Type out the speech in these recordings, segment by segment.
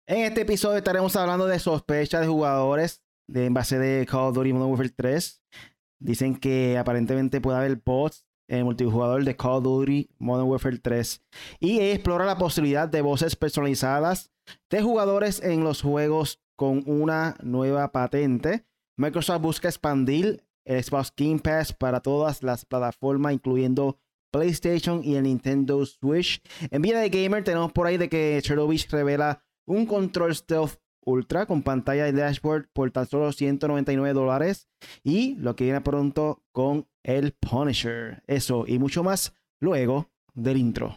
En este episodio estaremos hablando de sospechas de jugadores en base de Call of Duty Modern Warfare 3. Dicen que aparentemente puede haber bots en el multijugador de Call of Duty Modern Warfare 3. Y explora la posibilidad de voces personalizadas de jugadores en los juegos con una nueva patente. Microsoft busca expandir el Xbox Game Pass para todas las plataformas, incluyendo PlayStation y el Nintendo Switch. En Vida de Gamer tenemos por ahí de que Chernobyl revela un control Stealth Ultra con pantalla de dashboard por tan solo $199. Y lo que viene pronto con el Punisher. Eso y mucho más luego del intro.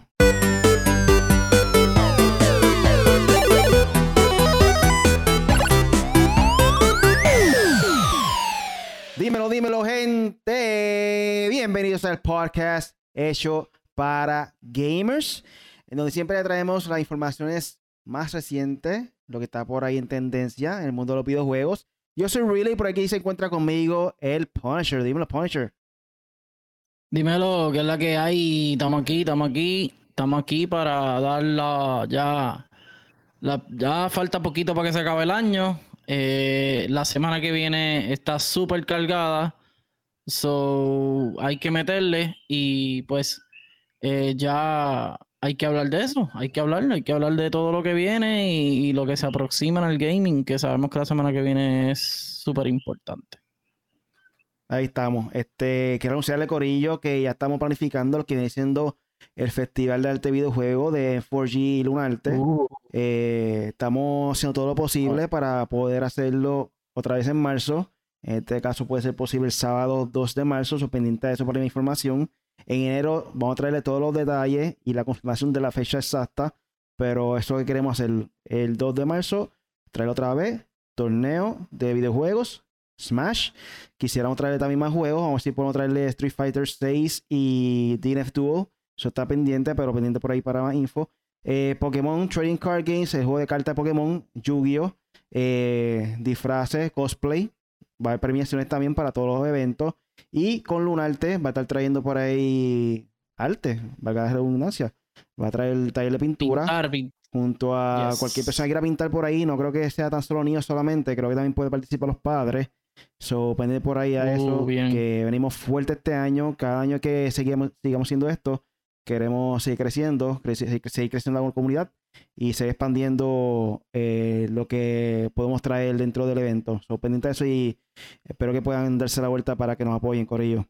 Dímelo, gente. Bienvenidos al podcast hecho para gamers, en donde siempre le traemos las informaciones más recientes, lo que está por ahí en tendencia en el mundo de los videojuegos. Yo soy Riley y por aquí se encuentra conmigo el Punisher. Dímelo, Punisher. Dímelo, que es la que hay. Estamos aquí para dar ya falta poquito para que se acabe el año. La semana que viene está súper cargada. So, hay que meterle y pues ya hay que hablar de eso. Hay que hablar de todo lo que viene y lo que se aproxima en el gaming, que sabemos que la semana que viene es súper importante. Ahí estamos. Quiero anunciarle, Corillo, que ya estamos planificando lo que viene siendo el Festival de Arte Videojuego de 4G Lunarte. Estamos haciendo todo lo posible para poder hacerlo otra vez en marzo. En este caso puede ser posible el sábado 2 de marzo. So, pendiente de eso para la información. En enero vamos a traerle todos los detalles y la confirmación de la fecha exacta. Pero eso que queremos hacer el 2 de marzo, traerlo otra vez. Torneo de videojuegos. Smash. Quisiéramos traerle también más juegos. Vamos a ver si podemos traerle Street Fighter 6 y DNF Duel. Eso está pendiente, pero pendiente por ahí para más info. Pokémon Trading Card Games, el juego de cartas de Pokémon, Yu-Gi-Oh! Disfraces, cosplay. Va a haber premiaciones también para todos los eventos. Y con Lunarte va a estar trayendo por ahí arte, valga la redundancia. Va a traer el taller de pintura. Junto a cualquier persona que quiera pintar por ahí. No creo que sea tan solo niños solamente. Creo que también puede participar los padres. So, pendiente por ahí a eso. Bien. Que venimos fuerte este año. Cada año que sigamos haciendo esto, queremos seguir creciendo. Seguir creciendo la comunidad. Y seguir expandiendo lo que podemos traer dentro del evento. So, pendiente de eso y espero que puedan darse la vuelta para que nos apoyen, corillo.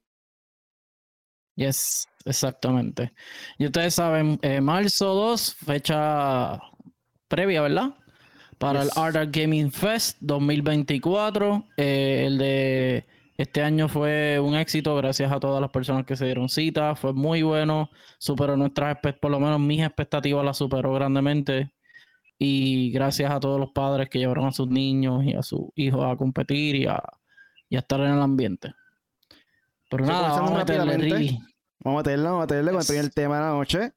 Yes, exactamente. Y ustedes saben, marzo 2, fecha previa, ¿verdad? Para el Art Gaming Fest 2024. El de este año fue un éxito gracias a todas las personas que se dieron cita. Fue muy bueno. Superó por lo menos mis expectativas las superó grandemente. Y gracias a todos los padres que llevaron a sus niños y a sus hijos a competir y a estar en el ambiente. Pero nada, vamos a meterle, Riley. Vamos a meterle con el primer tema de la noche.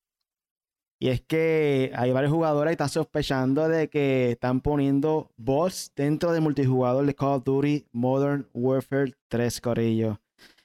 Y es que hay varios jugadores que están sospechando de que están poniendo bots dentro del multijugador de Call of Duty Modern Warfare 3, corillo.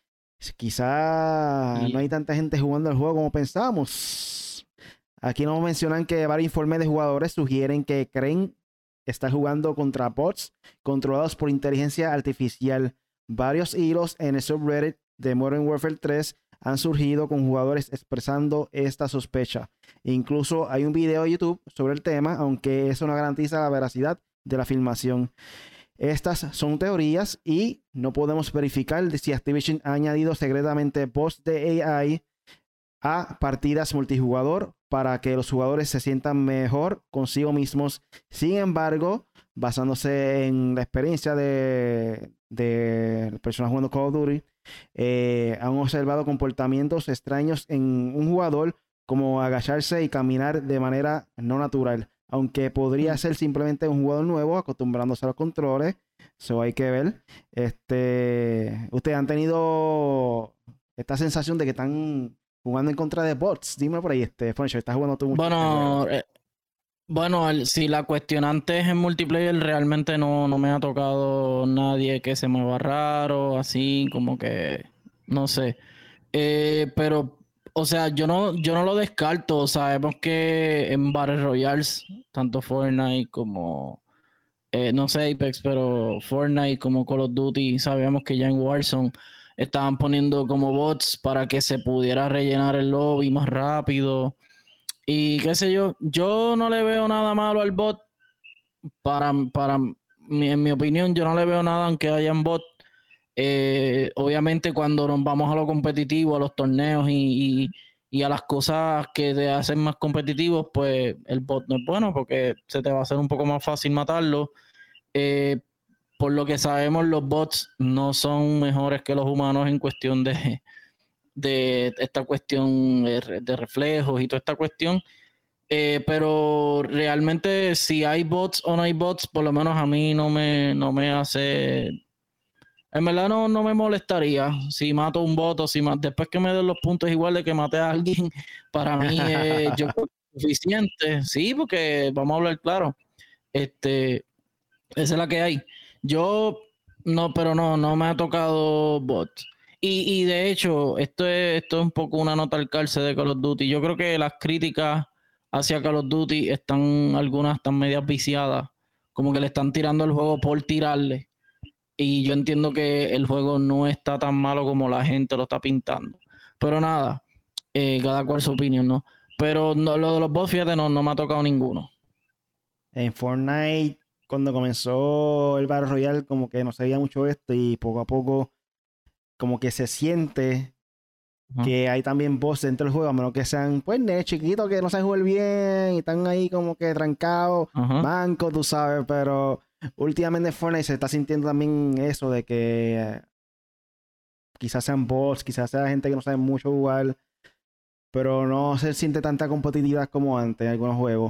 Quizá no hay tanta gente jugando el juego como pensábamos. Aquí nos mencionan que varios informes de jugadores sugieren que creen estar jugando contra bots controlados por inteligencia artificial. Varios hilos en el subreddit de Modern Warfare 3 han surgido con jugadores expresando esta sospecha. Incluso hay un video de YouTube sobre el tema, aunque eso no garantiza la veracidad de la filmación. Estas son teorías y no podemos verificar si Activision ha añadido secretamente bots de AI a partidas multijugador para que los jugadores se sientan mejor consigo mismos. Sin embargo, basándose en la experiencia de personas jugando Call of Duty, han observado comportamientos extraños en un jugador, como agacharse y caminar de manera no natural, aunque podría ser simplemente un jugador nuevo acostumbrándose a los controles. Eso hay que ver. Ustedes han tenido esta sensación de que están jugando en contra de bots. Dime por ahí, Foncho, estás jugando tú mucho. Bueno, si la cuestionante es en multiplayer, realmente no me ha tocado nadie que se mueva raro, así como que, no sé. Pero O sea, yo no lo descarto. Sabemos que en Battle Royales, tanto Fortnite como, no sé Apex, pero Fortnite como Call of Duty, sabíamos que ya en Warzone estaban poniendo como bots para que se pudiera rellenar el lobby más rápido. Y qué sé yo no le veo nada malo al bot. En mi opinión, yo no le veo nada aunque hayan bot. Obviamente cuando nos vamos a lo competitivo, a los torneos y a las cosas que te hacen más competitivos, pues el bot no es bueno porque se te va a hacer un poco más fácil matarlo. Eh, por lo que sabemos, los bots no son mejores que los humanos en cuestión de esta cuestión de reflejos y toda esta cuestión. Pero realmente si hay bots o no hay bots, por lo menos a mí no me hace... En verdad no me molestaría si mato un bot o después que me den los puntos igual de que maté a alguien, para mí yo creo que es suficiente. Sí, porque vamos a hablar claro. Esa es la que hay. Yo pero no me ha tocado bots. Y de hecho, esto es un poco una nota al calce de Call of Duty. Yo creo que las críticas hacia Call of Duty algunas están medias viciadas, como que le están tirando el juego por tirarle. Y yo entiendo que el juego no está tan malo como la gente lo está pintando. Pero nada, cada cual su opinión, ¿no? Pero no, lo de los bots, fíjate, no me ha tocado ninguno. En Fortnite, cuando comenzó el Battle Royale, como que no sabía mucho esto y poco a poco como que se siente que hay también bots dentro del juego, a menos que sean, pues, chiquitos que no saben jugar bien y están ahí como que trancados, mancos, tú sabes, pero últimamente en Fortnite se está sintiendo también eso de que quizás sean bots, quizás sea gente que no sabe mucho jugar, pero no se siente tanta competitividad como antes en algunos juegos.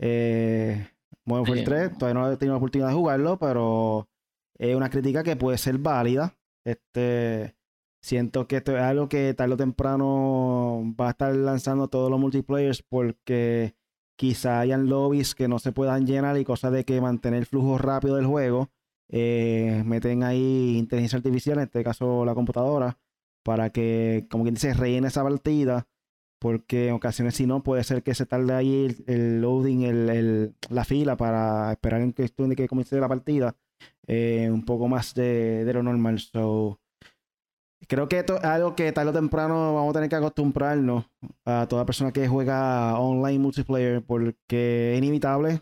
Modern Warfare 3, todavía no he tenido la oportunidad de jugarlo, pero es una crítica que puede ser válida. Siento que esto es algo que tarde o temprano va a estar lanzando todos los multiplayers porque quizá hayan lobbies que no se puedan llenar y cosas de que mantener el flujo rápido del juego. Meten ahí inteligencia artificial, en este caso la computadora, para que, como quien dice, rellene esa partida. Porque en ocasiones, si no, puede ser que se tarde ahí el loading, la fila para esperar en cuestión de que comience la partida. Un poco más de lo normal. So, creo que esto es algo que tarde o temprano vamos a tener que acostumbrarnos a toda persona que juega online multiplayer porque es inevitable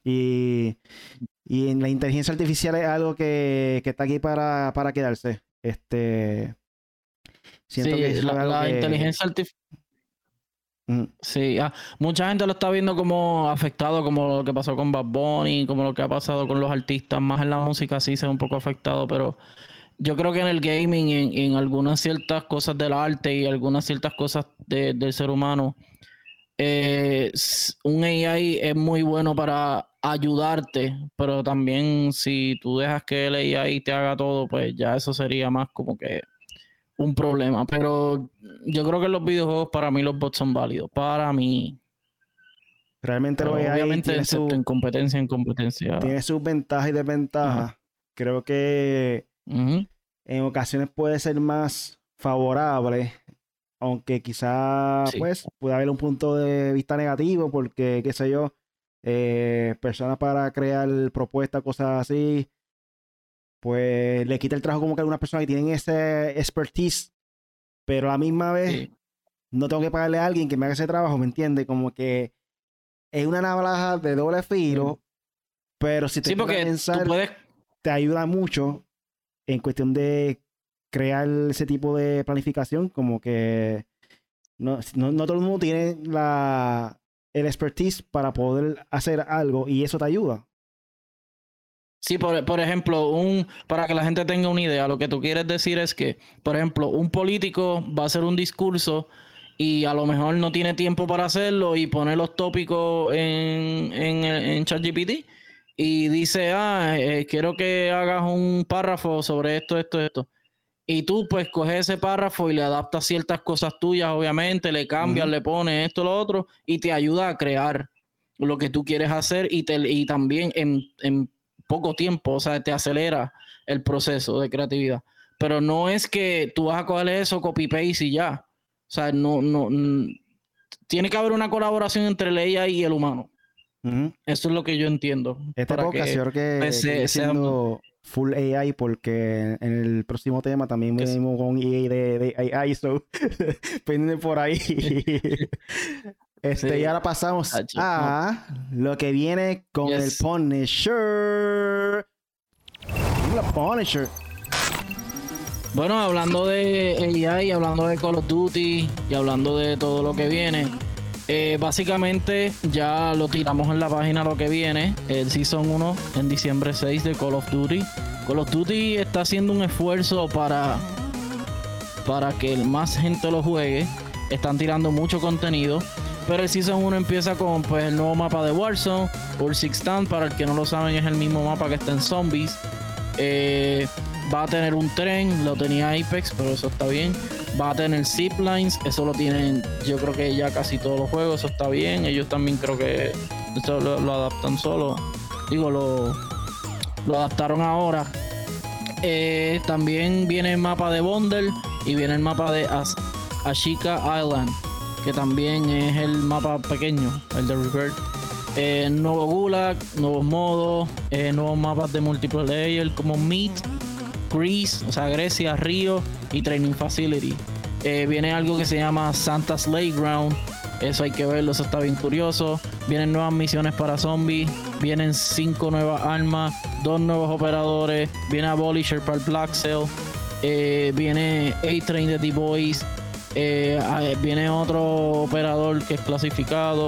y en la inteligencia artificial es algo que está aquí para quedarse. Siento sí, que es algo la que... inteligencia artificial. Sí, mucha gente lo está viendo como afectado, como lo que pasó con Bad Bunny, como lo que ha pasado con los artistas, más en la música sí se ve un poco afectado, pero yo creo que en el gaming, en algunas ciertas cosas del arte y algunas ciertas cosas del ser humano, un AI es muy bueno para ayudarte, pero también si tú dejas que el AI te haga todo, pues ya eso sería más como que un problema. Pero yo creo que en los videojuegos para mí los bots son válidos, para mí. Realmente lo Pero AI obviamente excepto en competencia, tiene sus ventajas y desventajas. Creo que en ocasiones puede ser más favorable, aunque quizá sí. pues puede haber un punto de vista negativo porque, qué sé yo, personas para crear propuestas, cosas así, pues le quita el trabajo como que a algunas personas que tienen ese expertise, pero a la misma vez no tengo que pagarle a alguien que me haga ese trabajo, ¿me entiendes? Como que es una navaja de doble filo, pero si te pones a pensar, te ayuda mucho en cuestión de crear ese tipo de planificación, como que no todo el mundo tiene el expertise para poder hacer algo y eso te ayuda. Sí, por ejemplo, para que la gente tenga una idea, lo que tú quieres decir es que, por ejemplo, un político va a hacer un discurso y a lo mejor no tiene tiempo para hacerlo y pone los tópicos en ChatGPT y dice, quiero que hagas un párrafo sobre esto. Y tú pues coges ese párrafo y le adaptas ciertas cosas tuyas, obviamente, le cambias, le pones esto, lo otro, y te ayuda a crear lo que tú quieres hacer y también en poco tiempo, o sea, te acelera el proceso de creatividad. Pero no es que tú vas a coger eso, copy-paste y ya. O sea, tiene que haber una colaboración entre el AI y el humano. Eso es lo que yo entiendo. Este podcast yo creo que sigue siendo full AI, porque en el próximo tema también venimos con EA de AI, so pendiente por ahí. Y ahora pasamos a lo que viene con el Punisher. La Punisher. Bueno, hablando de AI, hablando de Call of Duty y hablando de todo lo que viene, básicamente ya lo tiramos en la página lo que viene, el Season 1 en diciembre 6 de Call of Duty. Call of Duty está haciendo un esfuerzo para que más gente lo juegue. Están tirando mucho contenido, pero el Season 1 empieza con pues el nuevo mapa de Warzone, Urzikstan, para el que no lo saben es el mismo mapa que está en Zombies. Va a tener un tren, lo tenía Apex, pero eso está bien. Va a tener ziplines, eso lo tienen yo creo que ya casi todos los juegos, eso está bien. Ellos también creo que esto lo adaptan solo. Digo, lo adaptaron ahora. También viene el mapa de Bundle y viene el mapa de Ashika Island, que también es el mapa pequeño, el de Revert. Nuevo Gulag, nuevos modos, nuevos mapas de multiplayer como Meat, Greece, o sea, Grecia, Río y Training Facility. Viene algo que se llama Santa's Playground. Eso hay que verlo, eso está bien curioso. Vienen nuevas misiones para zombies. Vienen 5 nuevas armas, 2 nuevos operadores. Viene Abolisher para el Black Cell. Viene A-Train de The Boys. Viene otro operador que es clasificado.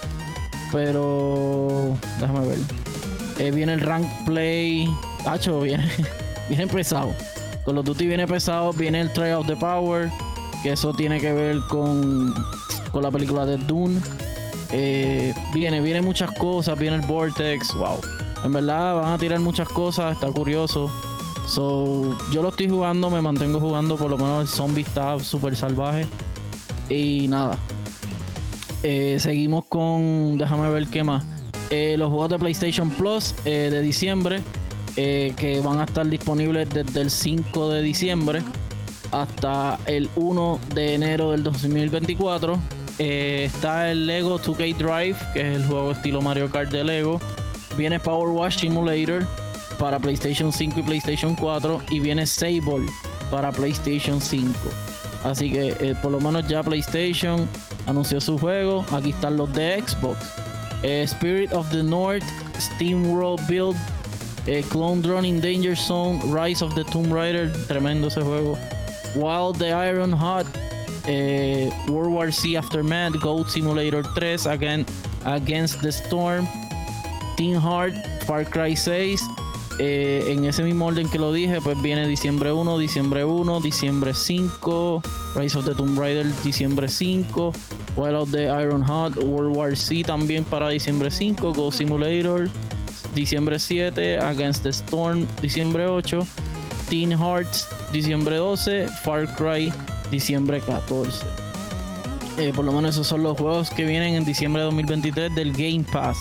Pero déjame ver. Viene el Rank Play. Tacho, viene pesado. Call of Duty viene pesado. Viene el Trial of the Power, que eso tiene que ver con la película de Dune. Viene muchas cosas. Viene el Vortex. Wow. En verdad van a tirar muchas cosas. Está curioso. So, yo lo estoy jugando. Me mantengo jugando. Por lo menos el zombie está súper salvaje. Y nada. Seguimos con... Déjame ver qué más. Los juegos de PlayStation Plus de diciembre. Que van a estar disponibles desde el 5 de diciembre hasta el 1 de enero del 2024. Está el Lego 2K Drive, que es el juego estilo Mario Kart de Lego. Viene Power Wash Simulator para PlayStation 5 y PlayStation 4. Y viene Sable para PlayStation 5. Así que por lo menos ya PlayStation anunció su juego. Aquí están los de Xbox. Spirit of the North, Steam World Build, Clone Drone in Danger Zone, Rise of the Tomb Raider, tremendo ese juego. Wild the Iron Hot, World War C Aftermath, Goat Simulator 3, Against the Storm, Team Heart, Far Cry 6. En ese mismo orden que lo dije, pues viene diciembre 1, diciembre 5, Rise of the Tomb Raider diciembre 5, Wild of the Iron Hot, World War C también para diciembre 5, Goat Simulator diciembre 7, Against the Storm diciembre 8, Teen Hearts diciembre 12, Far Cry diciembre 14. Por lo menos esos son los juegos que vienen en diciembre de 2023 del Game Pass.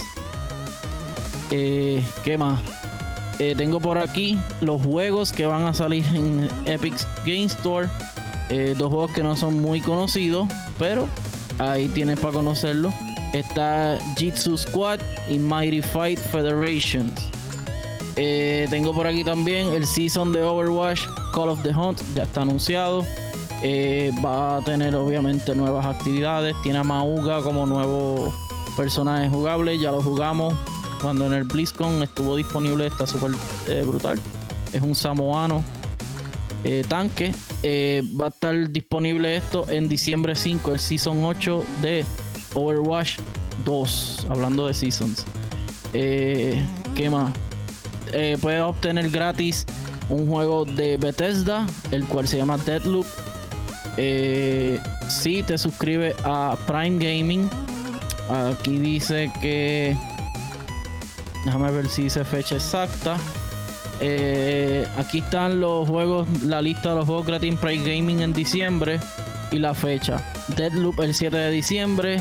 ¿Qué más? Tengo por aquí los juegos que van a salir en Epic Game Store. 2 juegos que no son muy conocidos, pero ahí tienes para conocerlo. Está Jitsu Squad y Mighty Fight Federations. Tengo por aquí también el Season de Overwatch Call of the Hunt, ya está anunciado. Va a tener obviamente nuevas actividades. Tiene a Mauga como nuevo personaje jugable, ya lo jugamos cuando en el BlizzCon estuvo disponible, está súper brutal. Es un samoano tanque. Va a estar disponible esto en diciembre 5, el Season 8 de Overwatch 2, hablando de Seasons. ¿Qué más? Puedes obtener gratis un juego de Bethesda, el cual se llama Deathloop. Si te suscribes a Prime Gaming, aquí dice que... Déjame ver si dice fecha exacta. Aquí están los juegos, la lista de los juegos gratis en Prime Gaming en diciembre y la fecha. Deathloop el 7 de diciembre.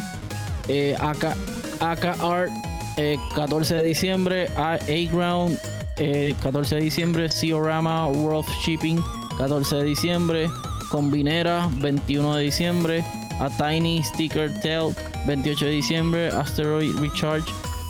AK Art 14 de diciembre. A-Ground 14 de diciembre. Theorama World Shipping 14 de diciembre. Combinera, 21 de diciembre. A Tiny Sticker Tail, 28 de diciembre. Asteroid Recharge,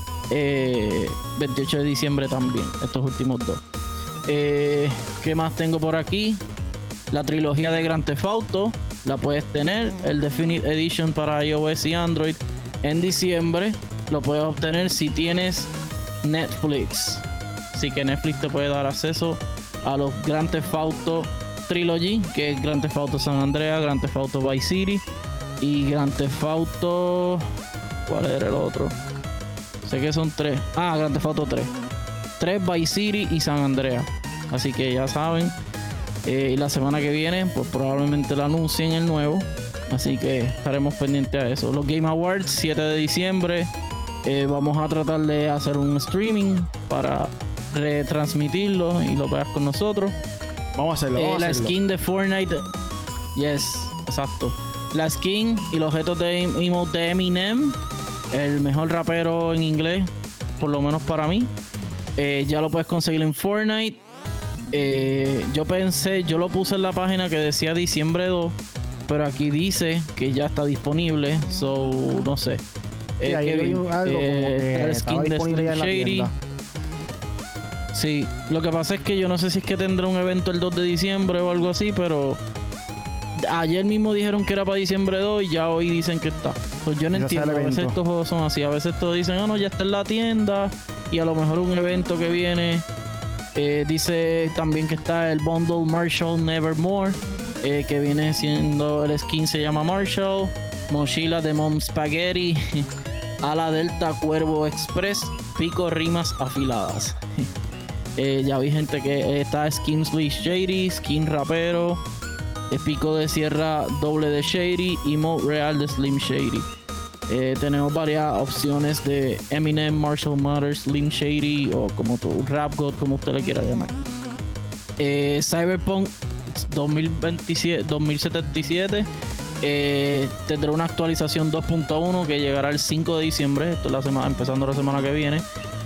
28 de diciembre también. Estos últimos dos. ¿Qué más tengo por aquí? La trilogía de Grand Theft Auto la puedes tener. El Definitive Edition para iOS y Android en diciembre. Lo puedes obtener si tienes Netflix. Así que Netflix te puede dar acceso a los Grand Theft Auto Trilogy, que es Grand Theft Auto San Andreas, Grand Theft Auto Vice City y Grand Theft Auto... ¿Cuál era el otro? Sé que son 3. Grand Theft Auto 3. 3 Vice City y San Andreas. Así que ya saben. Y la semana que viene, pues probablemente lo anuncien el nuevo. Así que estaremos pendientes a eso. Los Game Awards, 7 de diciembre. Vamos a tratar de hacer un streaming para retransmitirlo y lo veas con nosotros. Vamos a hacerlo. La skin de Fortnite. Yes, exacto. La skin y los objetos de emote de Eminem, el mejor rapero en inglés, por lo menos para mí. Ya lo puedes conseguir en Fortnite. Yo lo puse en la página que decía diciembre 2, pero aquí dice que ya está disponible, so no sé. El skin de Slim Shady. Sí, lo que pasa es que yo no sé si es que tendrá un evento el 2 de diciembre o algo así, pero ayer mismo dijeron que era para diciembre 2 y ya hoy dicen que está. Pues yo no entiendo, a veces estos juegos son así, a veces todos dicen, no, ya está en la tienda y a lo mejor un evento que viene. Dice también que está el Bundle Marshall Nevermore, que viene siendo el skin, se llama Marshall. Mochila de Mom Spaghetti, ala Delta Cuervo Express, pico rimas afiladas. Ya vi gente que está skin Slim Shady, skin rapero, pico de sierra doble de Shady, emote real de Slim Shady. Tenemos varias opciones de Eminem, Marshall Mathers, Slim Shady o como tu Rap God, como usted le quiera llamar. Cyberpunk 2077 tendrá una actualización 2.1 que llegará el 5 de diciembre. Esto es empezando la semana que viene.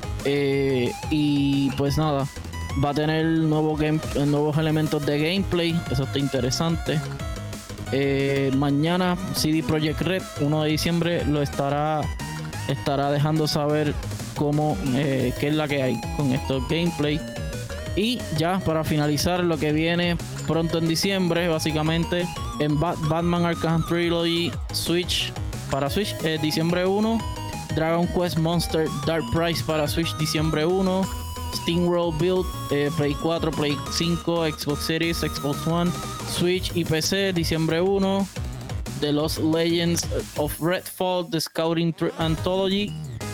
Y pues nada, va a tener nuevos elementos de gameplay. Eso está interesante. Mañana CD Projekt Red, 1 de diciembre, lo estará dejando saber qué es la que hay con estos gameplay. Y ya para finalizar, lo que viene pronto en diciembre, básicamente en Batman Arkham Trilogy Switch, para Switch, diciembre 1. Dragon Quest Monster Dark Price para Switch, diciembre 1. SteamWorld Build, Play 4, Play 5, Xbox Series, Xbox One, Switch y PC, diciembre 1. The Lost Legends of Redfall, The Scouting Anthology,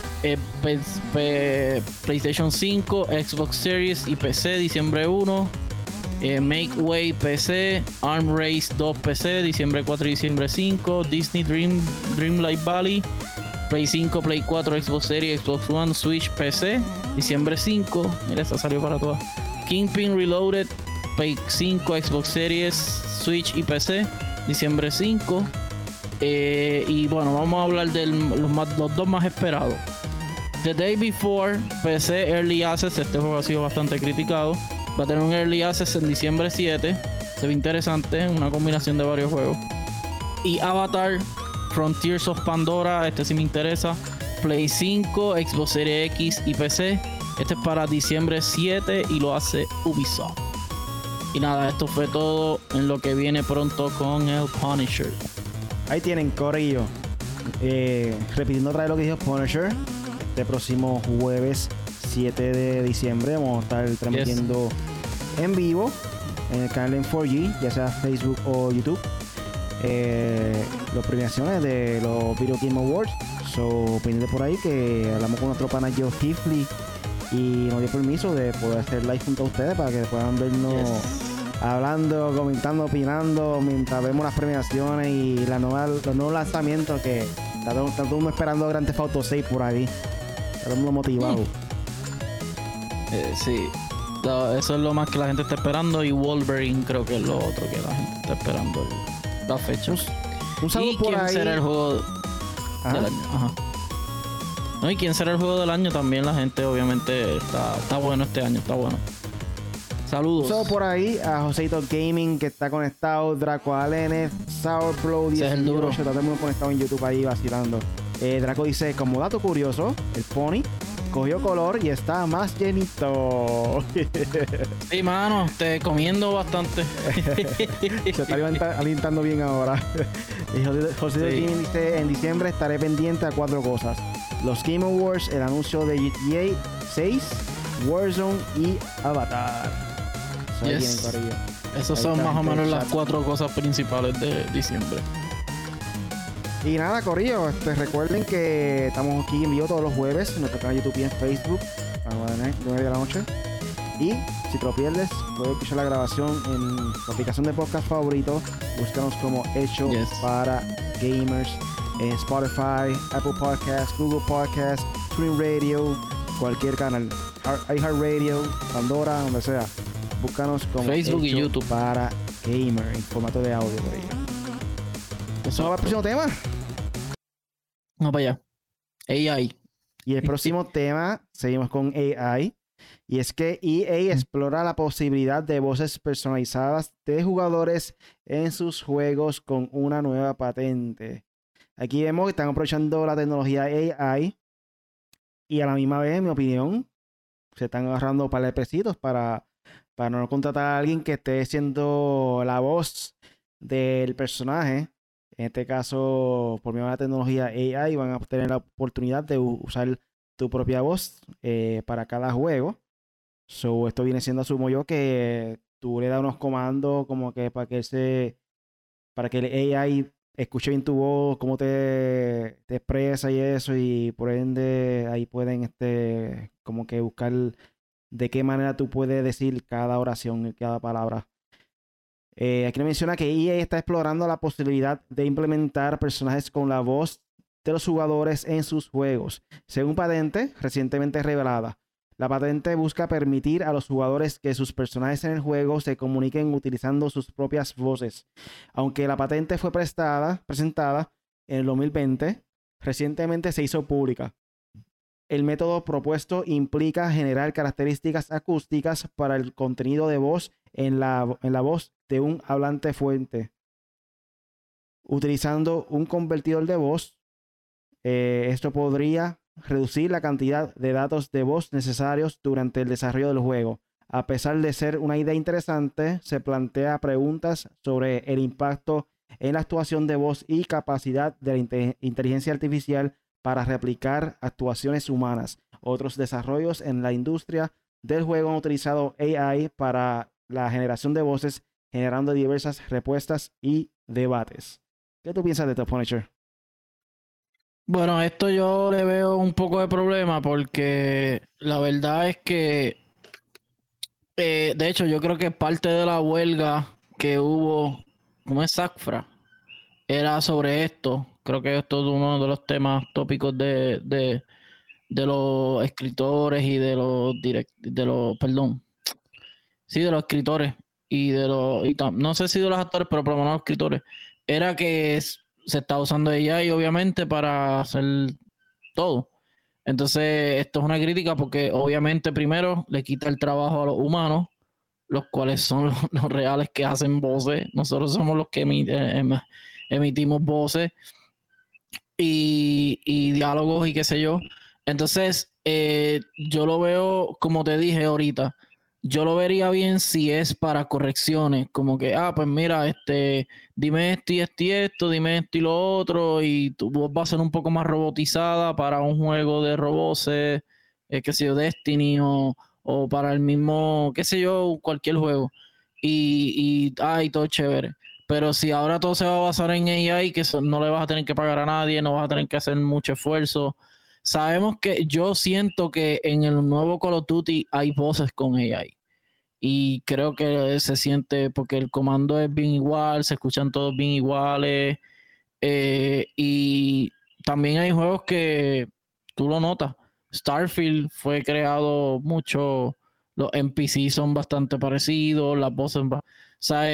PlayStation 5, Xbox Series y PC, diciembre 1. Make Way PC, Arm Race 2 PC, diciembre 4 y diciembre 5. Disney Dreamlight Valley, Play 5, Play 4, Xbox Series, Xbox One, Switch, PC, diciembre 5. Mira, esta salió para todas. Kingpin Reloaded, Play 5, Xbox Series, Switch y PC, diciembre 5. Y bueno, vamos a hablar de los dos más esperados. The Day Before, PC Early Access. Este juego ha sido bastante criticado. Va a tener un Early Access en diciembre 7. Se ve interesante, una combinación de varios juegos. Y Avatar Frontiers of Pandora, este sí me interesa. Play 5, Xbox Series X y PC. Este es para diciembre 7 y lo hace Ubisoft. Y nada, esto fue todo en lo que viene pronto con el Punisher. Ahí tienen, corillo. Repitiendo otra vez lo que dijo Punisher. Este próximo jueves 7 de diciembre vamos a estar transmitiendo en vivo en el canal en 4G, ya sea Facebook o YouTube, las premiaciones de los Video Game Awards. So, pendiente por ahí que hablamos con nuestro pana Joe Hifley y nos dio permiso de poder hacer live junto a ustedes para que puedan vernos hablando, comentando, opinando mientras vemos las premiaciones y los nuevos lanzamientos que está todo el mundo esperando. Grand Theft Auto 6 por ahí, está todo el mundo motivado. Sí, eso es lo más que la gente está esperando, y Wolverine creo que es lo otro que la gente está esperando, la fecha. Un saludo por quién ahí. será el juego del año. Ajá. No, y quién será el juego del año también, la gente obviamente está bueno este año, está bueno. Saludos. So, por ahí a Joseito Gaming que está conectado, Draco Alenes, Sourflow 18, está todo el mundo conectado en YouTube ahí vacilando. Draco dice, como dato curioso, el pony cogió color y está más llenito. Sí, mano, te comiendo bastante. Se está alimentando bien ahora. José Gaming dice, en diciembre estaré pendiente a 4 cosas. Los Game Awards, el anuncio de GTA 6, Warzone y Avatar. Yes. Esos son más o menos las 4 cosas principales de diciembre. Y nada, corillo, recuerden que estamos aquí en vivo todos los jueves en nuestro canal de YouTube y en Facebook a 9 de la noche. Y si te lo pierdes, puedes escuchar la grabación en tu aplicación de podcast favorito. Búscanos como Hecho para Gamers en Spotify, Apple Podcasts, Google Podcasts, TuneIn Radio, cualquier canal, iHeartRadio, Pandora, donde sea. Búscanos como Facebook Hecho y YouTube para Gamer en formato de audio. Eso va al próximo tema. Vamos para allá. AI. Y el próximo tema, seguimos con AI. Y es que EA explora la posibilidad de voces personalizadas de jugadores en sus juegos con una nueva patente. Aquí vemos que están aprovechando la tecnología AI y a la misma vez, en mi opinión, se están agarrando un par de pesitos para no contratar a alguien que esté siendo la voz del personaje. En este caso, por medio de la tecnología AI, van a tener la oportunidad de usar tu propia voz para cada juego. So, esto viene siendo, asumo yo, que tú le das unos comandos como que para que el AI escuche bien tu voz, cómo te expresa y eso, y por ende ahí pueden como que buscar de qué manera tú puedes decir cada oración y cada palabra. Aquí nos menciona que EA está explorando la posibilidad de implementar personajes con la voz de los jugadores en sus juegos. Según patente recientemente revelada, la patente busca permitir a los jugadores que sus personajes en el juego se comuniquen utilizando sus propias voces. Aunque la patente fue presentada en el 2020, recientemente se hizo pública. El método propuesto implica generar características acústicas para el contenido de voz en la voz de un hablante fuente. Utilizando un convertidor de voz, esto podría reducir la cantidad de datos de voz necesarios durante el desarrollo del juego. A pesar de ser una idea interesante, se plantea preguntas sobre el impacto en la actuación de voz y capacidad de la inteligencia artificial para replicar actuaciones humanas. Otros desarrollos en la industria del juego han utilizado AI para la generación de voces, generando diversas respuestas y debates. ¿Qué tú piensas de esto, Punisher? Bueno, esto yo le veo un poco de problema porque la verdad es que, de hecho, yo creo que parte de la huelga que hubo, como es SACFRA, era sobre esto. Creo que esto es uno de los temas tópicos de los escritores y de los de los escritores y no sé si de los actores, pero por lo menos los escritores, era que se está usando AI obviamente para hacer todo. Entonces, esto es una crítica porque obviamente primero le quita el trabajo a los humanos, los cuales son los reales que hacen voces. Nosotros somos los que emitimos voces y diálogos y qué sé yo. Entonces, yo lo veo, como te dije ahorita, yo lo vería bien si es para correcciones, como que, pues mira, dime esto y esto y esto, dime esto y lo otro, y tu voz va a ser un poco más robotizada para un juego de robots, qué sé yo, Destiny o para el mismo, qué sé yo, cualquier juego. Y todo chévere. Pero si ahora todo se va a basar en AI, que no le vas a tener que pagar a nadie, no vas a tener que hacer mucho esfuerzo. Sabemos que yo siento que en el nuevo Call of Duty hay voces con AI. Y creo que se siente porque el comando es bien igual, se escuchan todos bien iguales. Y también hay juegos que tú lo notas. Starfield fue creado mucho, los NPC son bastante parecidos, las voces, o sea,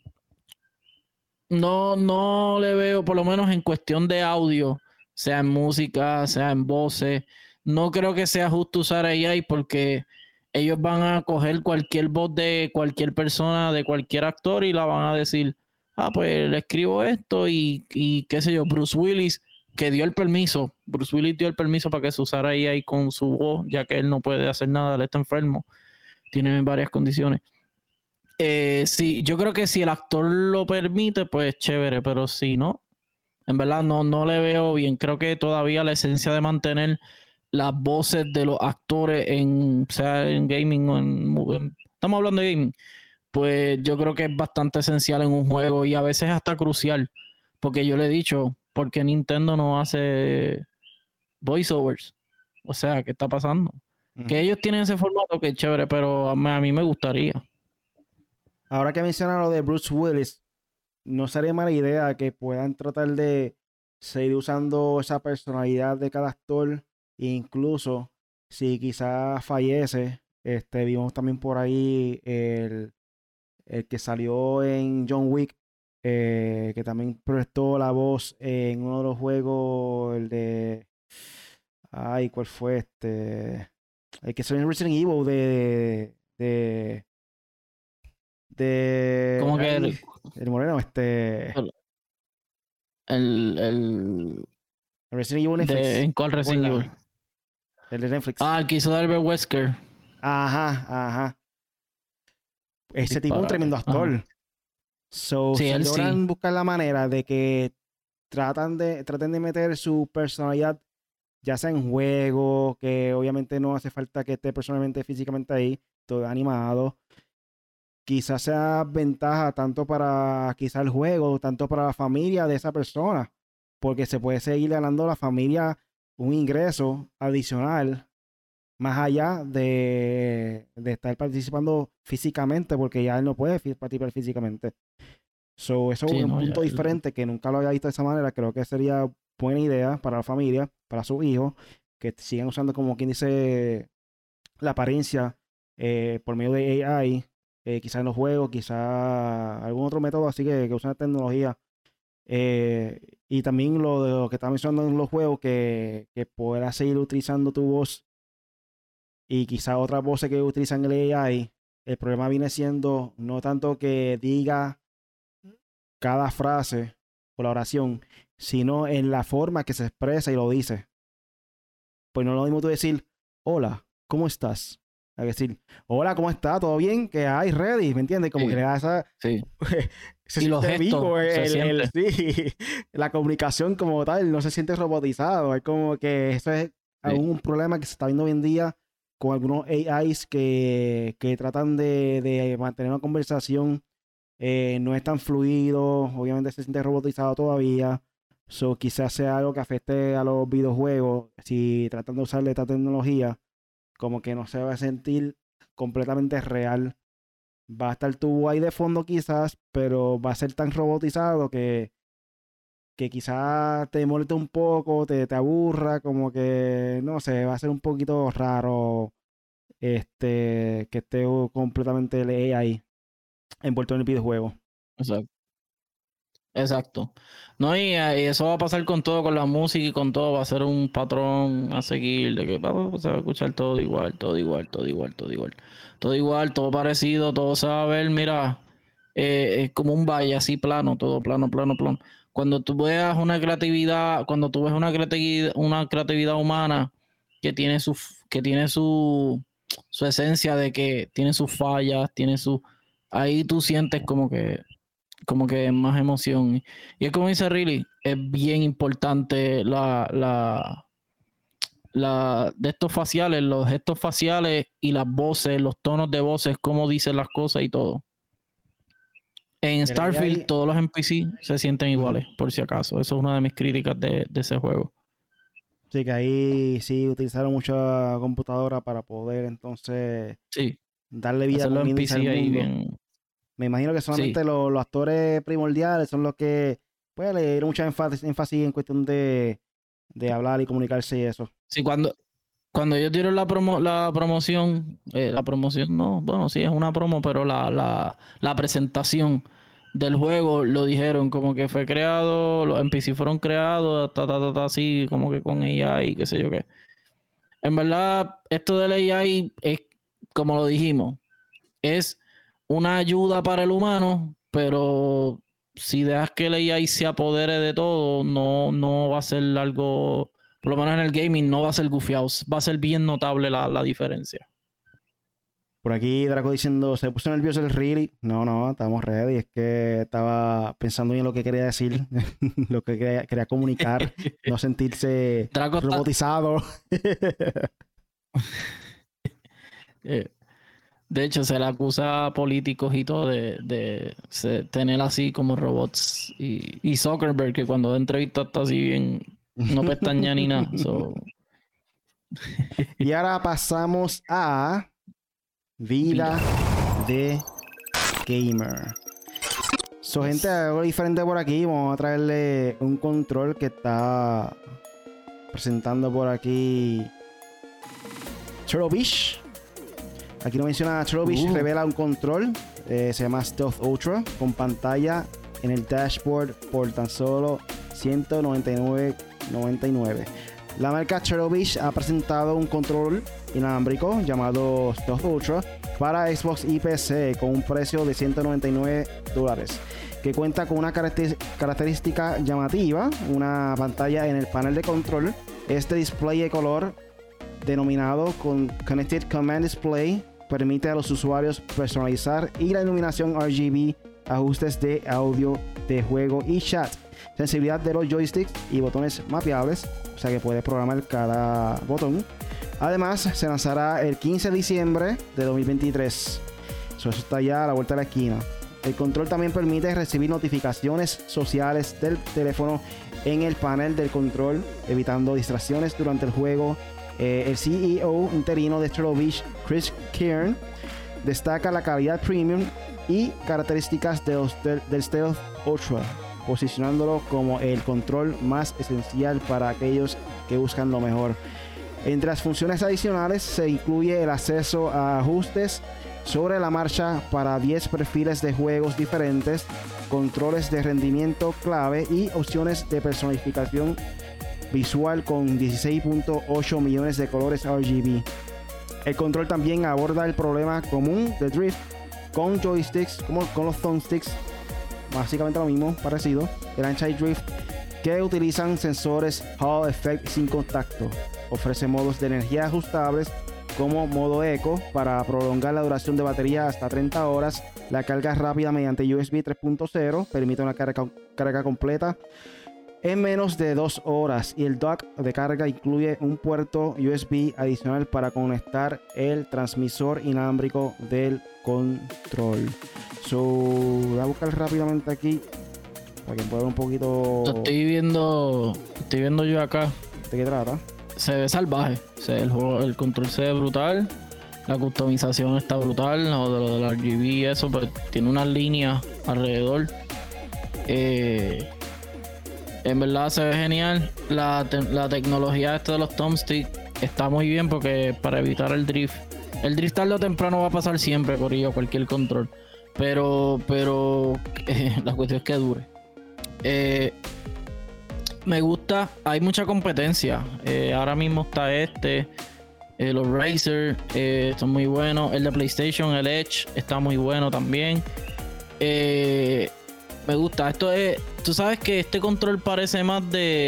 no le veo, por lo menos en cuestión de audio, sea en música, sea en voces, no creo que sea justo usar AI porque ellos van a coger cualquier voz de cualquier persona, de cualquier actor y la van a decir, pues le escribo esto y qué sé yo, Bruce Willis, que dio el permiso, Bruce Willis dio el permiso para que se usara ahí con su voz, ya que él no puede hacer nada, él está enfermo, tiene varias condiciones. Sí, yo creo que si el actor lo permite, pues chévere, pero si no, en verdad no le veo bien. Creo que todavía la esencia de mantener las voces de los actores sea en gaming o estamos hablando de gaming, pues yo creo que es bastante esencial en un juego y a veces hasta crucial, porque yo le he dicho, ¿por qué Nintendo no hace voiceovers? O sea, ¿qué está pasando? Que ellos tienen ese formato que es chévere, pero a mí me gustaría. Ahora que menciona lo de Bruce Willis, no sería mala idea que puedan tratar de seguir usando esa personalidad de cada actor, e incluso si quizás fallece, vimos también por ahí el que salió en John Wick, que también prestó la voz en uno de los juegos, el de... Ay, ¿cuál fue este? El que salió en Resident Evil Como que ay, el moreno, el Resident Evil Netflix. ¿en cuál Resident Evil? El de Netflix. El que hizo de Albert Wesker. Ajá. Ese tipo es un tremendo Ajá. actor. So, Sí, si logran sí. buscar la manera de que traten de meter su personalidad, ya sea en juego, que obviamente no hace falta que esté personalmente, físicamente ahí, todo animado. Quizás sea ventaja tanto para quizás el juego, tanto para la familia de esa persona, porque se puede seguir ganando a la familia un ingreso adicional más allá de estar participando físicamente, porque ya él no puede participar físicamente. So, eso Sí, es un no, punto diferente que nunca lo había visto de esa manera. Creo que sería buena idea para la familia, para sus hijos, que sigan usando, como quien dice, la apariencia por medio de AI, quizás en los juegos, quizás algún otro método así que usan la tecnología. Y también lo de lo que está mencionando en los juegos, que puedas seguir utilizando tu voz y quizás otras voces que utilizan el AI. El problema viene siendo no tanto que diga cada frase o la oración, sino en la forma que se expresa y lo dice. Pues no es lo mismo tú decir, hola, ¿cómo estás? A decir, hola, ¿cómo está? ¿Todo bien? ¿Qué hay? ¿Ready? ¿Me entiendes? Como sí, que le da esa... sí. se Y los siente gestos, vivo, se siente. sí, la comunicación como tal, no se siente robotizado. Es como que eso es Sí. un problema que se está viendo hoy en día con algunos AIs que tratan de mantener una conversación. No es tan fluido, obviamente se siente robotizado todavía. So, quizás sea algo que afecte a los videojuegos. Si tratan de usar esta tecnología, como que no se va a sentir completamente real. Va a estar tu ahí de fondo quizás, pero va a ser tan robotizado que quizás te moleste un poco, te aburra, como que, no sé, va a ser un poquito raro que esté completamente el AI envuelto en el videojuego. Exacto. Exacto. No, y eso va a pasar con todo, con la música y con todo, va a ser un patrón a seguir, de que se va a escuchar todo igual, todo igual, todo igual, todo igual. Todo igual, todo parecido, todo se va a ver, mira, es como un valle así plano, todo plano, plano, plano. Cuando tú veas una creatividad, cuando tú ves una creatividad humana que tiene su esencia de que tiene sus fallas, ahí tú sientes como que más emoción. Y es como dice Riley, es bien importante de estos faciales, los gestos faciales y las voces, los tonos de voces, cómo dicen las cosas y todo. En El AI, Starfield todos los NPC se sienten ujú. iguales, por si acaso. Eso es una de mis críticas de ese juego. Sí, que ahí sí utilizaron mucha computadora para poder entonces Sí, darle vida, hacer como los quien dice, al NPC ahí mundo. bien. Me imagino que Sí, solamente los actores primordiales son los que pues, le dieron mucha énfasis en cuestión de hablar y comunicarse y eso. sí, cuando ellos dieron la promoción no, bueno, sí es una promo, pero la presentación del juego lo dijeron como que fue creado, los NPC fueron creados, así como que con AI y qué sé yo qué. En verdad, esto del AI es como lo dijimos, es una ayuda para el humano, pero si dejas que el AI se apodere de todo, no va a ser algo, por lo menos en el gaming, no va a ser gufiado, va a ser bien notable la diferencia. Por aquí Draco diciendo, se puso nervioso el Really. No, estamos ready. Es que estaba pensando en lo que quería decir, lo que quería comunicar, no sentirse Draco robotizado. De hecho, se le acusa a políticos y todo de tener así como robots. Y Zuckerberg, que cuando da entrevista está así bien, no pestañea ni nada. So. Y ahora pasamos a vida de gamer. Gente, algo diferente por aquí. Vamos a traerle un control que está presentando por aquí Turtlebeach. Aquí nos menciona Turtlebeach, revela un control, se llama Stealth Ultra, con pantalla en el dashboard por tan solo $199.99. La marca Turtlebeach ha presentado un control inalámbrico llamado Stealth Ultra para Xbox y PC con un precio de $199, que cuenta con una característica llamativa, una pantalla en el panel de control. Este display de color, denominado Connected Command Display, permite a los usuarios personalizar y la iluminación RGB, ajustes de audio, de juego y chat, sensibilidad de los joysticks y botones mapeables, o sea que puedes programar cada botón. Además, se lanzará el 15 de diciembre de 2023. Eso está ya a la vuelta de la esquina. El control también permite recibir notificaciones sociales del teléfono en el panel del control, evitando distracciones durante el juego. El CEO interino de Turtlebeach, Chris Kern, destaca la calidad premium y características del Stealth Ultra, posicionándolo como el control más esencial para aquellos que buscan lo mejor. Entre las funciones adicionales se incluye el acceso a ajustes sobre la marcha para 10 perfiles de juegos diferentes, controles de rendimiento clave y opciones de personalización visual con 16.8 millones de colores RGB. El control también aborda el problema común de drift con joysticks, como con los thumbsticks, básicamente lo mismo, parecido, el anti-drift, que utilizan sensores Hall Effect sin contacto. Ofrece modos de energía ajustables como modo eco para prolongar la duración de batería hasta 30 horas, la carga rápida mediante USB 3.0, permite una carga completa en menos de 2 horas, y el dock de carga incluye un puerto USB adicional para conectar el transmisor inalámbrico del control. Voy a buscar rápidamente aquí para que pueda ver un poquito. Estoy viendo yo acá. ¿De qué trata? Se ve salvaje. El control se ve brutal. La customización está brutal. Lo del RGB y eso, pues tiene unas líneas alrededor. En verdad se ve genial. La tecnología esta de los thumbsticks está muy bien porque para evitar el drift. El drift tarde o temprano va a pasar siempre, corillo, cualquier control. Pero la cuestión es que dure. Me gusta, hay mucha competencia. Ahora mismo está los Razer son muy buenos. El de PlayStation, el Edge, está muy bueno también. Me gusta. Esto es, tú sabes que este control parece más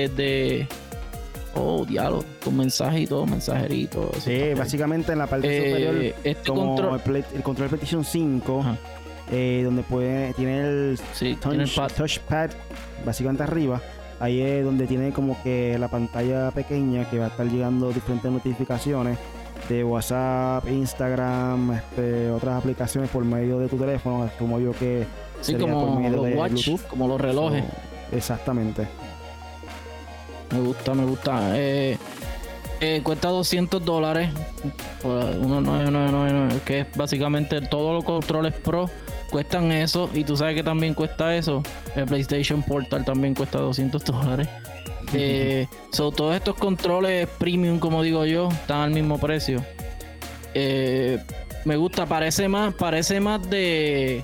oh, diálogo, con mensaje y todo, mensajerito. Sí, básicamente en la parte superior, como el control PlayStation 5, donde tiene el touchpad básicamente arriba. Ahí es donde tiene como que la pantalla pequeña que va a estar llegando diferentes notificaciones de WhatsApp, Instagram, otras aplicaciones por medio de tu teléfono, como yo que sí, como por medio de watch, Bluetooth, como los relojes. Exactamente. Me gusta. Cuesta $200, unos 999, que es básicamente todos los controles Pro cuestan eso, y tú sabes que también cuesta eso. El PlayStation Portal también cuesta $200. Todos estos controles premium, como digo yo, están al mismo precio. Me gusta, parece más de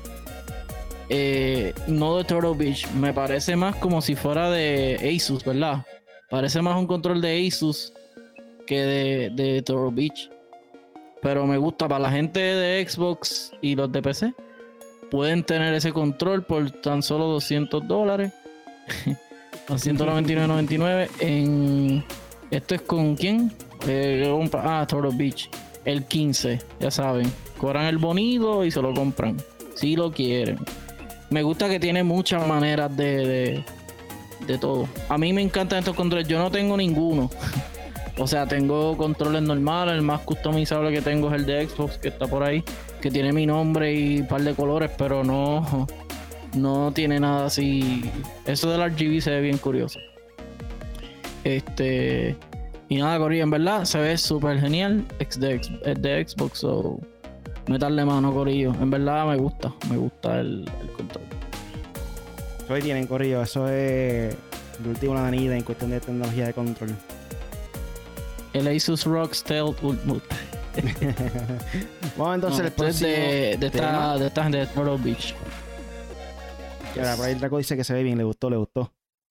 no de Turtlebeach, me parece más como si fuera de Asus, ¿verdad? Parece más un control de Asus que de Turtlebeach. Pero me gusta para la gente de Xbox y los de PC. Pueden tener ese control por tan solo $200. A $199.99. ¿Esto es con quién? Turtle Beach. El 15, ya saben. Cobran el bonito y se lo compran. Si lo quieren. Me gusta que tiene muchas maneras de todo. A mí me encantan estos controles. Yo no tengo ninguno. O sea, tengo controles normales. El más customizable que tengo es el de Xbox, que está por ahí. Que tiene mi nombre y un par de colores, pero no tiene nada así. Eso del RGB se ve bien curioso. Y nada, Corillo, en verdad se ve súper genial. Es de Xbox, so meterle mano, Corillo. En verdad me gusta el control. Eso ahí tienen, Corillo. Eso es el último la avenida en cuestión de tecnología de control. El Asus ROG Stealth Ultimate. Vamos entonces al próximo de esta gente de Turtle Beach. Yes. Por ahí el Draco dice que se ve bien, le gustó.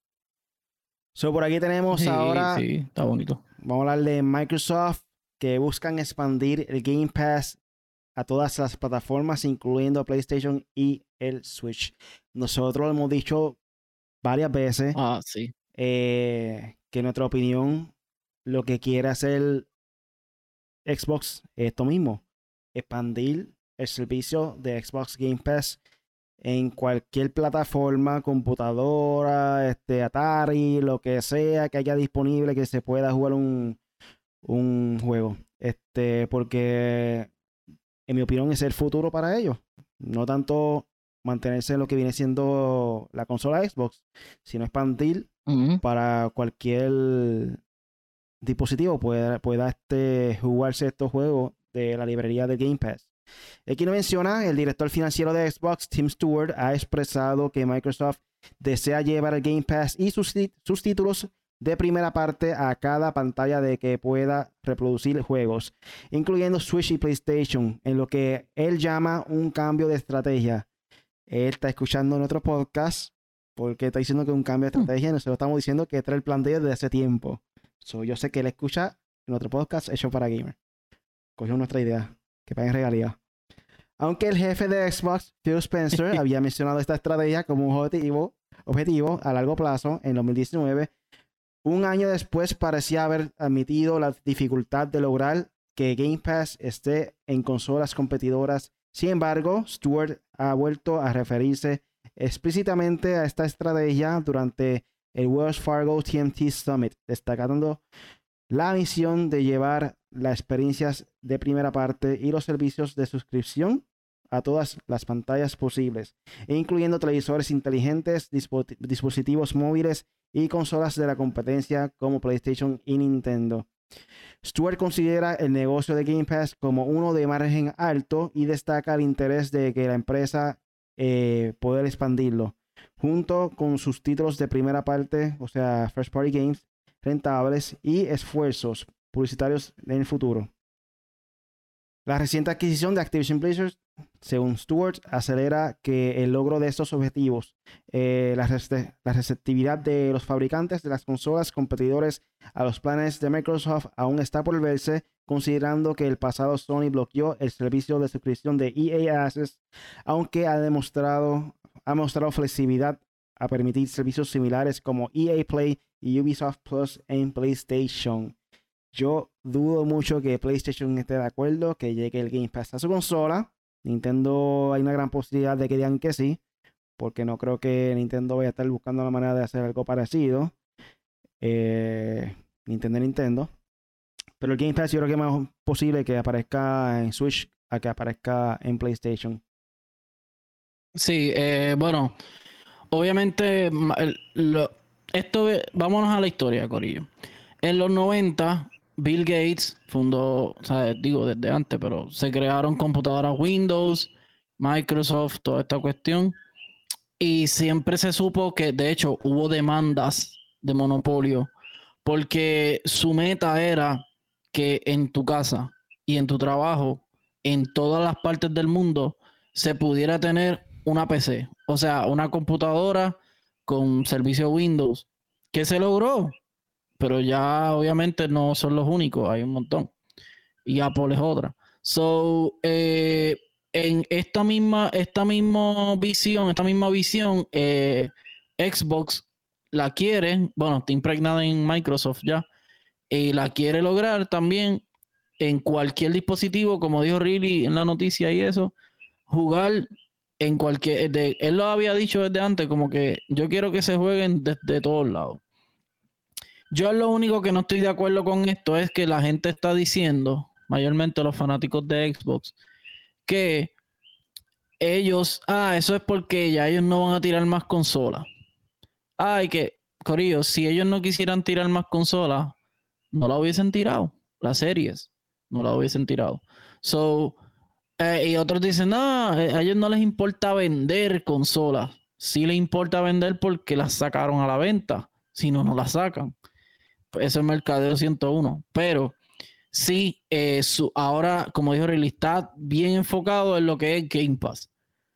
So, por aquí tenemos ahora. Sí, está bonito. Vamos a hablar de Microsoft, que buscan expandir el Game Pass a todas las plataformas, incluyendo PlayStation y el Switch. Nosotros lo hemos dicho varias veces. Sí. Que en nuestra opinión, lo que quiere hacer Xbox es esto mismo: expandir el servicio de Xbox Game Pass en cualquier plataforma, computadora, Atari, lo que sea que haya disponible, que se pueda jugar un juego. Porque en mi opinión es el futuro para ellos. No tanto mantenerse en lo que viene siendo la consola Xbox, sino expandir para cualquier dispositivo pueda jugarse estos juegos de la librería de Game Pass. Aquí nos menciona, el director financiero de Xbox, Tim Stewart, ha expresado que Microsoft desea llevar el Game Pass y sus títulos de primera parte a cada pantalla de que pueda reproducir juegos, incluyendo Switch y PlayStation, en lo que él llama un cambio de estrategia. Él está escuchando nuestro podcast porque está diciendo que es un cambio de estrategia y nosotros estamos diciendo que trae el plan de ellos desde hace tiempo. Yo sé que él escucha nuestro podcast hecho para gamer. Cogió nuestra idea, que paguen regalías. Aunque el jefe de Xbox, Phil Spencer, había mencionado esta estrategia como un objetivo a largo plazo en 2019, un año después parecía haber admitido la dificultad de lograr que Game Pass esté en consolas competidoras. Sin embargo, Stewart ha vuelto a referirse explícitamente a esta estrategia durante el Wells Fargo TMT Summit, destacando la misión de llevar las experiencias de primera parte y los servicios de suscripción a todas las pantallas posibles, incluyendo televisores inteligentes, dispositivos móviles y consolas de la competencia como PlayStation y Nintendo. Stewart considera el negocio de Game Pass como uno de margen alto y destaca el interés de que la empresa poder expandirlo, junto con sus títulos de primera parte, o sea, First Party Games, rentables y esfuerzos publicitarios en el futuro. La reciente adquisición de Activision Blizzard, según Stewart, acelera que el logro de estos objetivos. La receptividad de los fabricantes de las consolas competidores a los planes de Microsoft aún está por verse, considerando que el pasado Sony bloqueó el servicio de suscripción de EA Access, aunque ha mostrado flexibilidad a permitir servicios similares como EA Play y Ubisoft Plus en PlayStation. Yo dudo mucho que PlayStation esté de acuerdo que llegue el Game Pass a su consola. Nintendo, hay una gran posibilidad de que digan que sí, porque no creo que Nintendo vaya a estar buscando la manera de hacer algo parecido. Nintendo. Pero el Game Pass yo creo que es más posible que aparezca en Switch a que aparezca en PlayStation. Sí, bueno, obviamente vámonos a la historia, Corillo. En los 90, Bill Gates fundó, o sea, digo desde antes, pero se crearon computadoras Windows, Microsoft, toda esta cuestión. Y siempre se supo que, de hecho, hubo demandas de monopolio, porque su meta era que en tu casa y en tu trabajo, en todas las partes del mundo, se pudiera tener una PC, o sea, una computadora con servicio Windows, que se logró, pero ya obviamente no son los únicos, hay un montón. Y Apple es otra. So, en esta misma visión, Xbox la quiere, bueno, está impregnada en Microsoft ya, y la quiere lograr también en cualquier dispositivo, como dijo Riley en la noticia y eso, jugar en cualquier, él lo había dicho desde antes, como que yo quiero que se jueguen desde todos lados. Yo lo único que no estoy de acuerdo con esto es que la gente está diciendo, mayormente los fanáticos de Xbox, que ellos, eso es porque ya ellos no van a tirar más consolas. Y que, Corillo, si ellos no quisieran tirar más consolas, no la hubiesen tirado. Las series, no la hubiesen tirado. So, y otros dicen, no, a ellos no les importa vender consolas. Sí les importa vender porque las sacaron a la venta. Si no, no las sacan. Eso es mercadeo 101. Pero sí, ahora, como dijo Riley, está bien enfocado en lo que es Game Pass.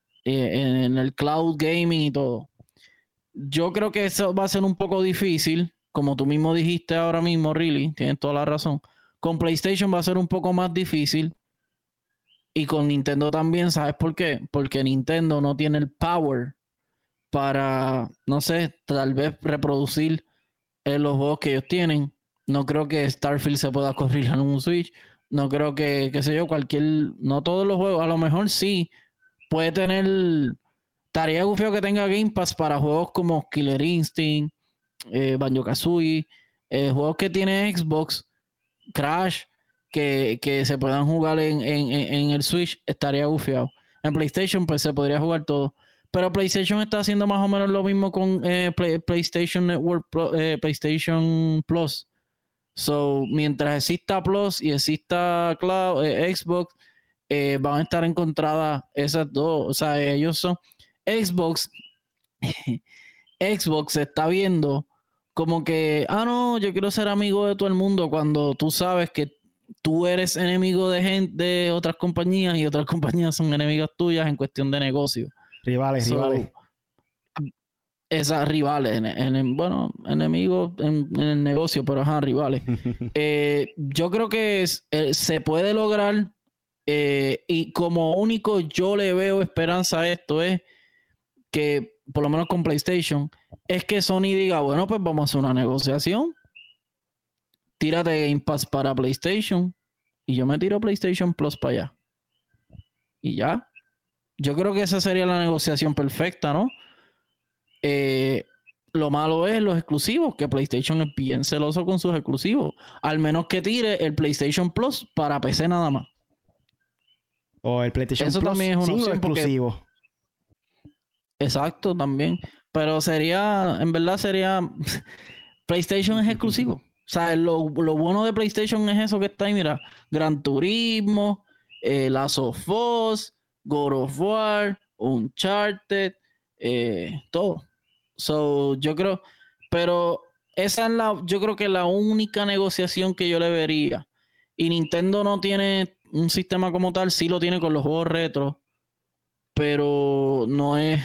En el cloud gaming y todo. Yo creo que eso va a ser un poco difícil. Como tú mismo dijiste ahora mismo, Riley, tienes toda la razón. Con PlayStation va a ser un poco más difícil. Y con Nintendo también, ¿sabes por qué? Porque Nintendo no tiene el power para, no sé, tal vez reproducir los juegos que ellos tienen. No creo que Starfield se pueda correr en un Switch. No creo que, qué sé yo, no todos los juegos, a lo mejor sí puede tener, estaría gufio que tenga Game Pass para juegos como Killer Instinct, Banjo-Kazooie, juegos que tiene Xbox, Crash, que se puedan jugar en el Switch, estaría gufiado. En PlayStation, pues se podría jugar todo. Pero PlayStation está haciendo más o menos lo mismo con PlayStation Network, PlayStation Plus. So, mientras exista Plus y exista Cloud, Xbox, van a estar encontradas esas dos. O sea, ellos son Xbox. Xbox se está viendo como que, no, yo quiero ser amigo de todo el mundo cuando tú sabes que tú eres enemigo de gente de otras compañías y otras compañías son enemigas tuyas en cuestión de negocio. Rivales. Esas rivales, bueno, enemigos en el negocio, pero rivales. Yo creo que se puede lograr y como único yo le veo esperanza a esto es que, por lo menos con PlayStation, es que Sony diga, bueno, pues vamos a hacer una negociación. Tírate Game Pass para PlayStation y yo me tiro PlayStation Plus para allá. Y ya. Yo creo que esa sería la negociación perfecta, ¿no? Lo malo es los exclusivos, que PlayStation es bien celoso con sus exclusivos. Al menos que tire el PlayStation Plus para PC nada más. O el PlayStation Eso Plus también es una sin opción exclusivo. Exacto, también. Pero en verdad sería... PlayStation es exclusivo. O sea, lo bueno de PlayStation es eso que está ahí, mira. Gran Turismo, Last of Us, God of War, Uncharted, todo. So, yo creo... Pero esa es yo creo que la única negociación que yo le vería. Y Nintendo no tiene un sistema como tal, sí lo tiene con los juegos retro, pero no es,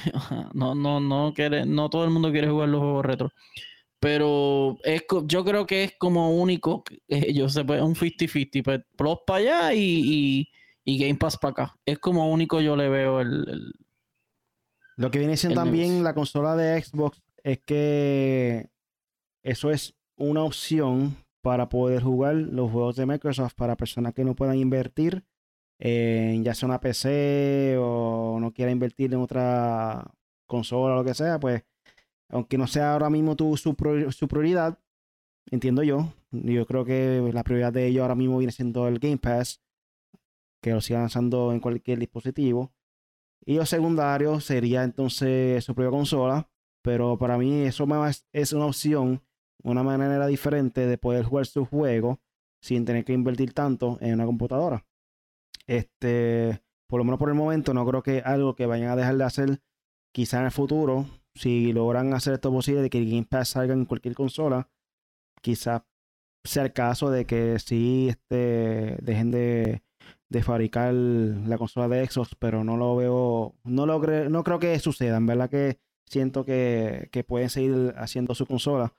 no todo el mundo quiere jugar los juegos retro. Pero yo creo que es como único, ellos se puede un 50-50, pues, Plus para allá y Game Pass para acá. Es como único yo le veo Lo que viene siendo también negocio. la consola de Xbox es que eso es una opción para poder jugar los juegos de Microsoft para personas que no puedan invertir en ya sea una PC o no quiera invertir en otra consola o lo que sea, pues aunque no sea ahora mismo su prioridad, entiendo yo. Yo creo que la prioridad de ellos ahora mismo viene siendo el Game Pass, que lo sigan lanzando en cualquier dispositivo. Y lo secundario sería entonces su propia consola. Pero para mí eso más es una opción, una manera diferente de poder jugar su juego sin tener que invertir tanto en una computadora. Por lo menos por el momento, no creo que algo que vayan a dejar de hacer quizá en el futuro. Si logran hacer esto posible de que el Game Pass salga en cualquier consola, quizás sea el caso de que sí dejen de fabricar la consola de Xbox, pero no lo veo, no creo que suceda. En verdad que siento que pueden seguir haciendo su consola.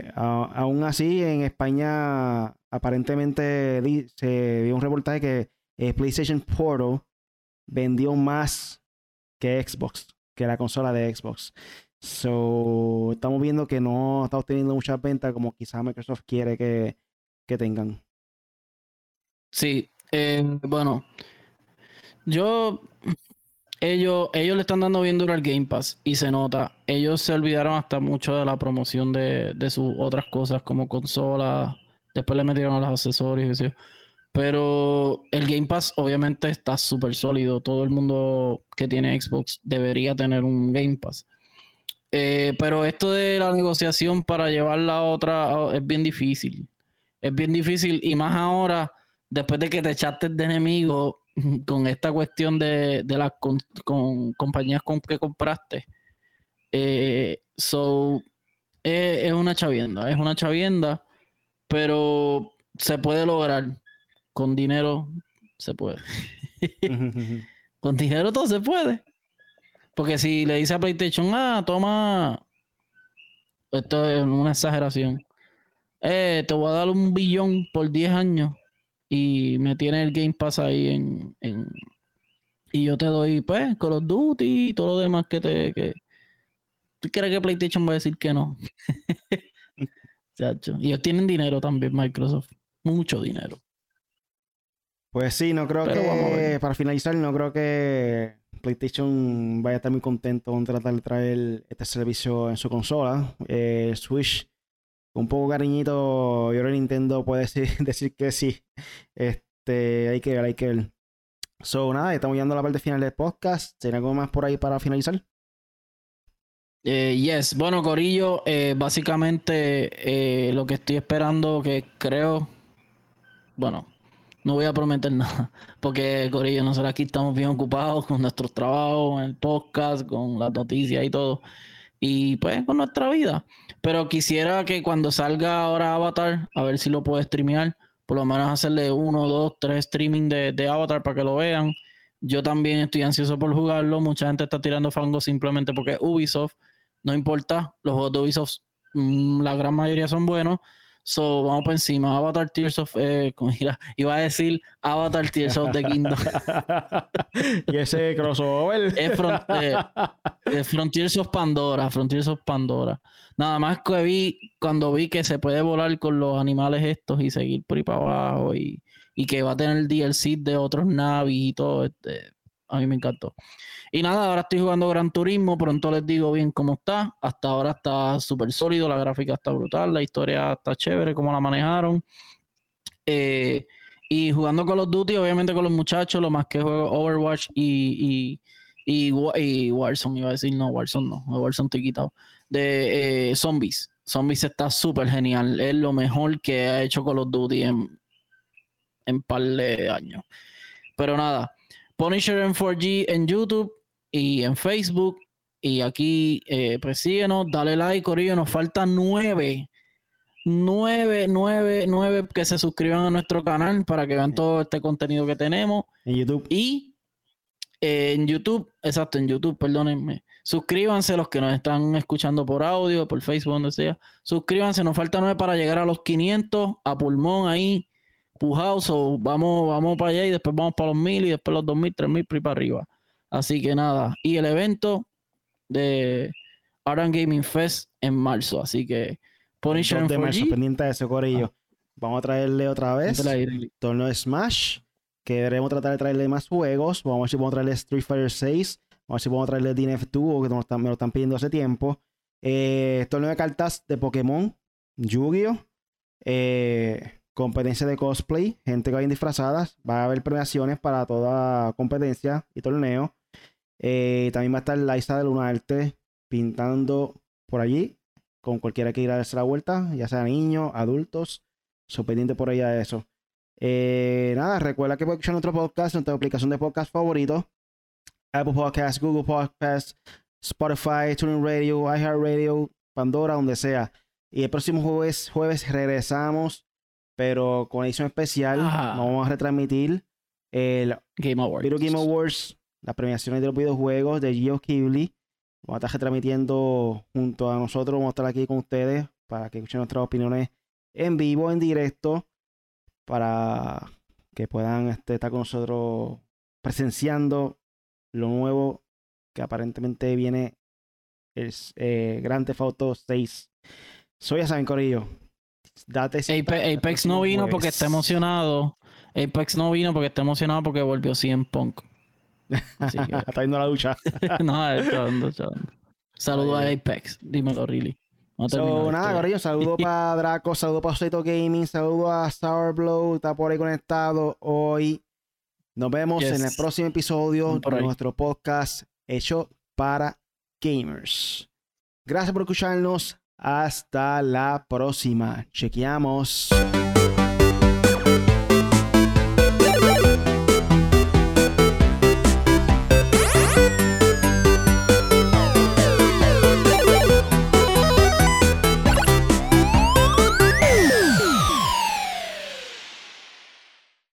Aún así, en España aparentemente se vio un reportaje que PlayStation Portal vendió más que Xbox, que la consola de Xbox. So, estamos viendo que no está obteniendo muchas ventas como quizás Microsoft quiere que tengan. Sí, bueno, yo, ellos le están dando bien duro al Game Pass y se nota. Ellos se olvidaron hasta mucho de la promoción de sus otras cosas como consolas. Después le metieron a los accesorios y así. Pero el Game Pass obviamente está súper sólido. Todo el mundo que tiene Xbox debería tener un Game Pass. Pero esto de la negociación para llevarla a otra es bien difícil. Es bien difícil y más ahora, después de que te echaste de enemigo con esta cuestión de las con compañías que compraste. So, es una chavienda, pero se puede lograr. Con dinero se puede. Con dinero todo se puede. Porque si le dice a PlayStation, toma, esto es una exageración. Te voy a dar 1 billón por 10 años y me tiene el Game Pass ahí y yo te doy, pues, Call of Duty y todo lo demás ¿Tú crees que PlayStation va a decir que no? Chacho. Y ellos tienen dinero también, Microsoft. Mucho dinero. Pues sí, no creo Pero vamos a que, ver. para finalizar, no creo que PlayStation vaya a estar muy contento con tratar de traer este servicio en su consola. Switch, un poco cariñito, yo creo que Nintendo puede decir que sí. Hay que ver, hay que ver. So, nada, estamos llegando a la parte final del podcast. ¿Tiene algo más por ahí para finalizar? Yes, bueno, Corillo, básicamente lo que estoy esperando, que creo, bueno, no voy a prometer nada, porque Corillo, nosotros aquí estamos bien ocupados con nuestros trabajos, en el podcast, con las noticias y todo, y pues con nuestra vida. Pero quisiera que cuando salga ahora Avatar, a ver si lo puedo streamear, por lo menos hacerle 1, 2, 3 streaming de Avatar para que lo vean. Yo también estoy ansioso por jugarlo. Mucha gente está tirando fango simplemente porque es Ubisoft. No importa, los juegos de Ubisoft, la gran mayoría son buenos. So, vamos por encima. Avatar Tears of... mira, iba a decir Avatar Tears of the Kingdom. Y ese crossover. Frontiers of Pandora, Frontiers of Pandora. Nada más que cuando vi que se puede volar con los animales estos y seguir por ahí para abajo y que va a tener DLC de otros navis y todo, a mí me encantó. Y nada, ahora estoy jugando Gran Turismo, pronto les digo bien cómo está. Hasta ahora está súper sólido, la gráfica está brutal, la historia está chévere, cómo la manejaron. Y jugando Call of Duty, obviamente con los muchachos, lo más que juego Overwatch y Warzone, iba a decir, no, Warzone no, Warzone te he quitado. De Zombies. Zombies está súper genial, es lo mejor que ha hecho Call of Duty en par de años. Pero nada, Punisher en 4G en YouTube y en Facebook. Y aquí, pues síguenos, dale like, Corillo, nos faltan 9 que se suscriban a nuestro canal para que vean todo este contenido que tenemos. En YouTube. Y en YouTube, exacto, en YouTube, perdónenme. Suscríbanse los que nos están escuchando por audio, por Facebook, donde sea. Suscríbanse, nos falta 9 para llegar a los 500, a pulmón ahí, pujados. Vamos para allá y después vamos para los 1000 y después los 2000, 3000, por ahí para arriba. Así que nada. Y el evento de Art Gaming Fest en marzo. Así que Punisher en de marzo, 4G. pendiente de ese corillo. Vamos a traerle otra vez Ahí. torneo de Smash, que debemos tratar de traerle más juegos. Vamos a ver si podemos traerle Street Fighter 6. Vamos a ver si podemos traerle DNF2, que me lo están pidiendo hace tiempo. Torneo de cartas de Pokémon, Yu-Gi-Oh! Competencia de cosplay, gente que vayan disfrazadas. Va a haber premiaciones para toda competencia y torneo. También va a estar Liza de Luna Arte pintando por allí, con cualquiera que ir a darse la vuelta, ya sea niños, adultos, son pendientes por ahí a eso. Nada, recuerda que puedes escuchar nuestro podcast en tu aplicación de podcast favorito: Apple Podcasts, Google Podcasts, Spotify, TuneIn Radio, iHeartRadio, Pandora, donde sea. Y el próximo jueves regresamos, pero con edición especial. Vamos a retransmitir el Game Awards. Video Game Awards, las premiaciones de los videojuegos de Geoff Keighley. Vamos a estar retransmitiendo junto a nosotros. Vamos a estar aquí con ustedes para que escuchen nuestras opiniones en vivo, en directo, para que puedan estar con nosotros presenciando lo nuevo que aparentemente viene, es Grand Theft Auto 6. Soy ya saben, corillo. Date cita el Apex próximo no vino jueves. porque está emocionado. Apex no vino porque está emocionado porque volvió CM Punk. Así que... Está viendo la ducha. no, chavando. Saludos a Ay, Apex. Dímelo, really. Vamos a terminar so, esto nada, ya. corillo, saludo para Draco, saludo para Soito Gaming, saludo a Sourblow, está por ahí conectado hoy. Nos vemos en el Yes. próximo episodio Por de ahí. nuestro podcast hecho para gamers. Gracias por escucharnos. Hasta la próxima. Chequeamos.